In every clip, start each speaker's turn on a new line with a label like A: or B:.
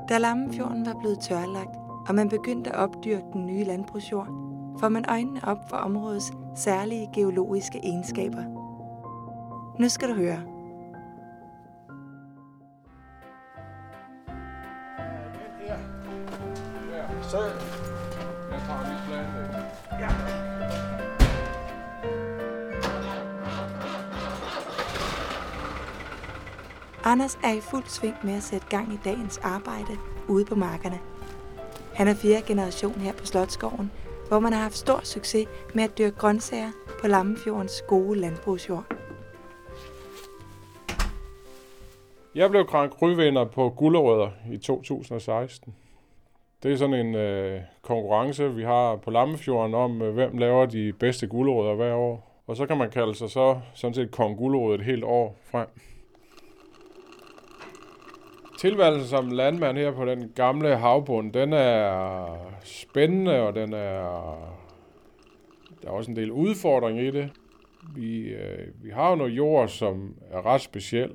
A: Da Lammefjorden var blevet tørlagt, og man begyndte at opdyrke den nye landbrugsjord, får man øjnene op for områdets særlige geologiske egenskaber. Nu skal du høre.
B: Så jeg tager lige planlægning. Ja.
A: Anders er i fuld sving med at sætte gang i dagens arbejde ude på markerne. Han er 4. generation her på Slotsgården, hvor man har haft stor succes med at dyrke grøntsager på Lammefjordens gode landbrugsjord.
B: Jeg blev Grand Cru-vinder på gulerødder i 2016. Det er sådan en konkurrence, vi har på Lammefjorden om, hvem laver de bedste gulerødder hver år. Og så kan man kalde sig så sådan set kong gulerod et helt år frem. Tilværelsen som landmand her på den gamle havbund, den er spændende, og der er også en del udfordring i det. Vi har jo noget jord, som er ret specielt.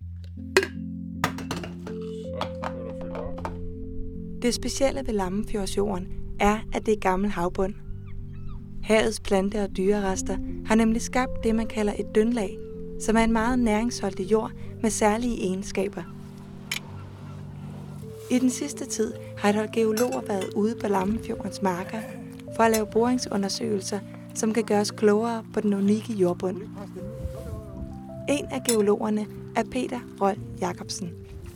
A: Det specielle ved Lammefjordsjorden er, at det er gammel havbund. Havets plante- og dyrerester har nemlig skabt det, man kalder et dyndlag, som er en meget næringsholdig jord med særlige egenskaber. I den sidste tid har et hold geologer været ude på Lammefjordens marker for at lave boringsundersøgelser, som kan gøre os klogere på den unikke jordbund. En af geologerne er Peter Rold Jacobsen.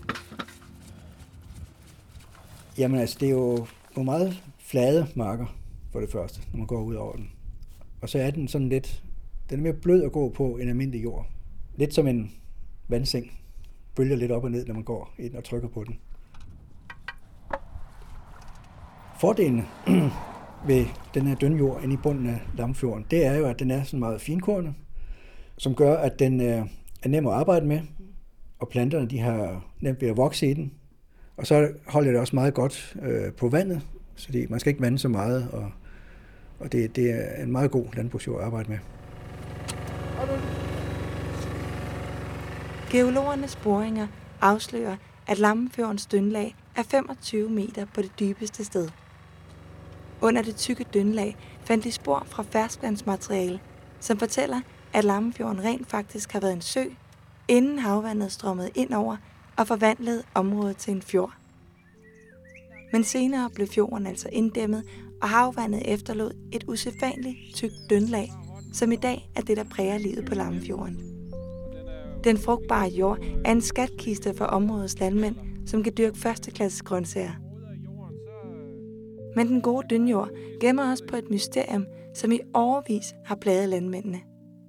C: Jamen altså, det er jo nogle meget flade marker for det første, når man går ud over den. Og så er den sådan lidt, den er mere blød at gå på end almindelig jord. Lidt som en vandseng. Bølger lidt op og ned, når man går ind og trykker på den. Fordelene ved den her dønne jord inde i bunden af Lammefjorden, det er jo, at den er sådan meget finkornet, som gør, at den er nem at arbejde med, og planterne de har nemt ved at vokse i den. Og så holder det også meget godt på vandet, så man skal ikke vande så meget, og det er en meget god landbrugsjord at arbejde med.
A: Geologernes boringer afslører, at Lammefjordens dyndlag er 25 meter på det dybeste sted. Under det tykke dyndlag fandt de spor fra ferskvandsmateriale, som fortæller, at Lammefjorden rent faktisk har været en sø, inden havvandet strømmede ind over og forvandlede området til en fjord. Men senere blev fjorden altså inddæmmet, og havvandet efterlod et usædvanligt tykt dyndlag, som i dag er det, der præger livet på Lammefjorden. Den frugtbare jord er en skatkiste for områdets landmænd, som kan dyrke førsteklasses grøntsager. Men den gode dyndjord gemmer os på et mysterium, som i årevis har plaget landmændene.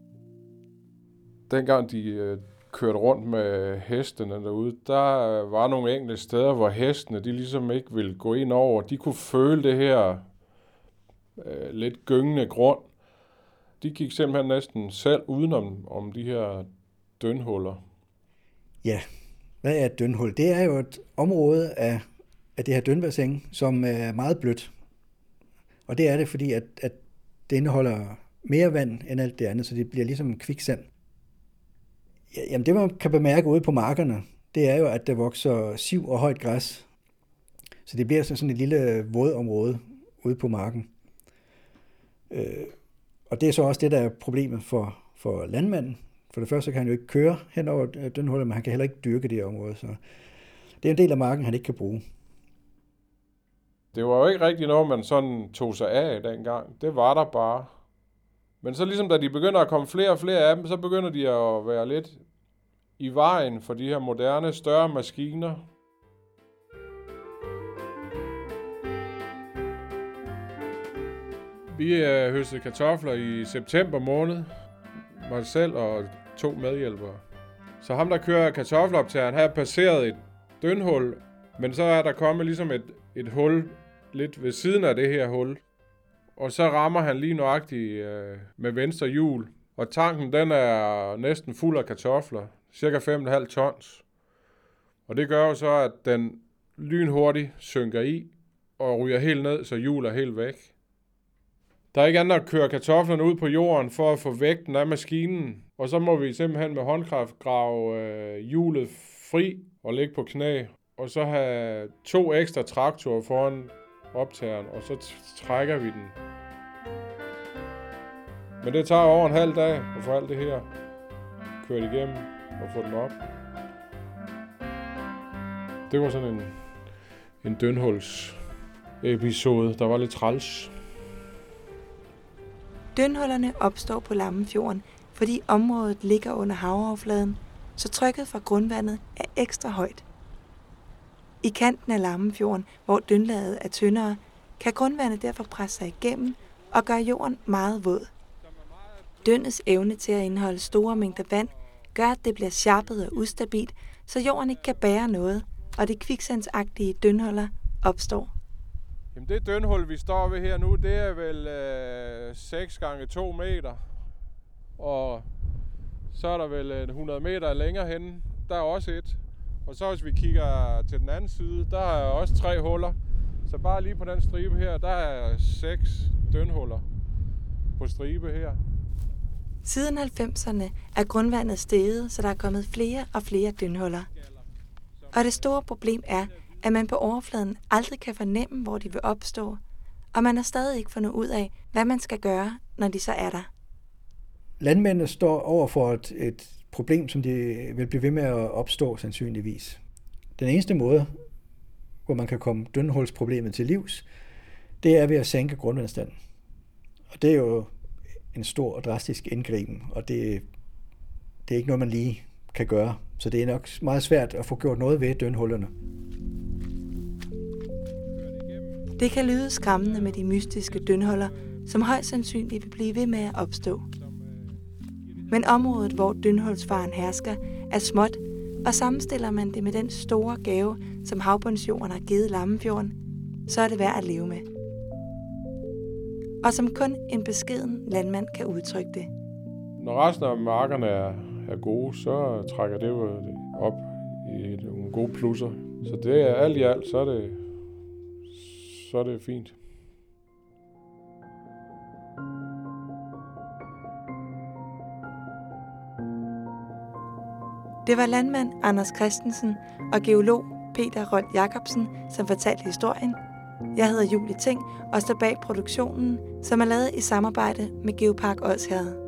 B: Dengang de kørte rundt med hestene derude, der var nogle enkelte steder, hvor hestene de ligesom ikke ville gå ind over. De kunne føle det her lidt gyngende grund. De gik simpelthen næsten selv udenom de her dønhuller.
C: Ja, hvad er et dønhul? Det er jo et område af det her dønbassin, som er meget blødt. Og det er det, fordi at det indeholder mere vand end alt det andet, så det bliver ligesom kviksand. Jamen det, man kan bemærke ude på markerne, det er jo, at der vokser siv og højt græs. Så det bliver sådan et lille vådområde ude på marken. Og det er så også det, der er problemet for landmanden. For det første så kan han jo ikke køre hen over dønhullet, men han kan heller ikke dyrke det område. Så det er en del af marken, han ikke kan bruge.
B: Det var jo ikke rigtig noget, man sådan tog sig af dengang. Det var der bare. Men så ligesom da de begynder at komme flere og flere af dem, så begynder de at være lidt i vejen for de her moderne, større maskiner. Vi høstede kartofler i september måned. Mig selv og 2 medhjælpere. Så ham, der kører kartoffeloptageren, har passeret et dønhul, men så er der kommet ligesom et hul lidt ved siden af det her hul. Og så rammer han lige nøjagtigt med venstre hjul. Og tanken, den er næsten fuld af kartofler. Cirka 5,5 tons. Og det gør jo så, at den lynhurtigt synker i og ryger helt ned, så hjulet er helt væk. Der er ikke andet at køre kartoflerne ud på jorden for at få vægten af maskinen. Og så må vi simpelthen med håndkraft grave hjulet fri og ligge på knæ. og så have 2 ekstra traktorer foran optageren, og så trækker vi den. Men det tager over en halv dag at få alt det her kørt igennem og få den op. Det var sådan en dønhuls episode, der var lidt træls.
A: Dønhullerne opstår på Lammefjorden, fordi området ligger under havoverfladen, så trykket fra grundvandet er ekstra højt. I kanten af Lammefjorden, hvor dønlaget er tyndere, kan grundvandet derfor presse sig igennem og gøre jorden meget våd. Dønnets evne til at indeholde store mængder vand gør, at det bliver sjappet og ustabilt, så jorden ikke kan bære noget, og de kviksandsagtige dønhuller opstår.
B: Jamen det dønhul, vi står ved her nu, det er vel 6 gange 2 meter. Og så er der vel 100 meter længere henne. Der er også et. Og så hvis vi kigger til den anden side, der er også 3 huller. Så bare lige på den stribe her, der er 6 dønhuller på stribe her.
A: Siden 90'erne er grundvandet steget, så der er kommet flere og flere dønhuller. Og det store problem er, at man på overfladen aldrig kan fornemme, hvor de vil opstå, og man har stadig ikke fundet ud af, hvad man skal gøre, når de så er der.
C: Landmændene står over for et problem, som de vil blive ved med at opstå sandsynligvis. Den eneste måde, hvor man kan komme dønhulsproblemet til livs, det er ved at sænke grundvandsstanden. Og det er jo en stor og drastisk indgriben, og det er ikke noget, man lige kan gøre. Så det er nok meget svært at få gjort noget ved dønhullerne.
A: Det kan lyde skræmmende med de mystiske dønhuller, som højst sandsynligt vil blive ved med at opstå. Men området, hvor dønhulsfaren hersker, er småt, og sammenstiller man det med den store gave, som havbundsjorden har givet Lammefjorden, så er det værd at leve med. Og som kun en beskeden landmand kan udtrykke det.
B: Når resten af markerne er gode, så trækker det jo op i nogle gode plusser. Så det er alt i alt, så er det fint.
A: Det var landmand Anders Christensen og geolog Peter Rold Jacobsen, som fortalte historien. Jeg hedder Julie Ting og står bag produktionen, som er lavet i samarbejde med Geopark Odsherred.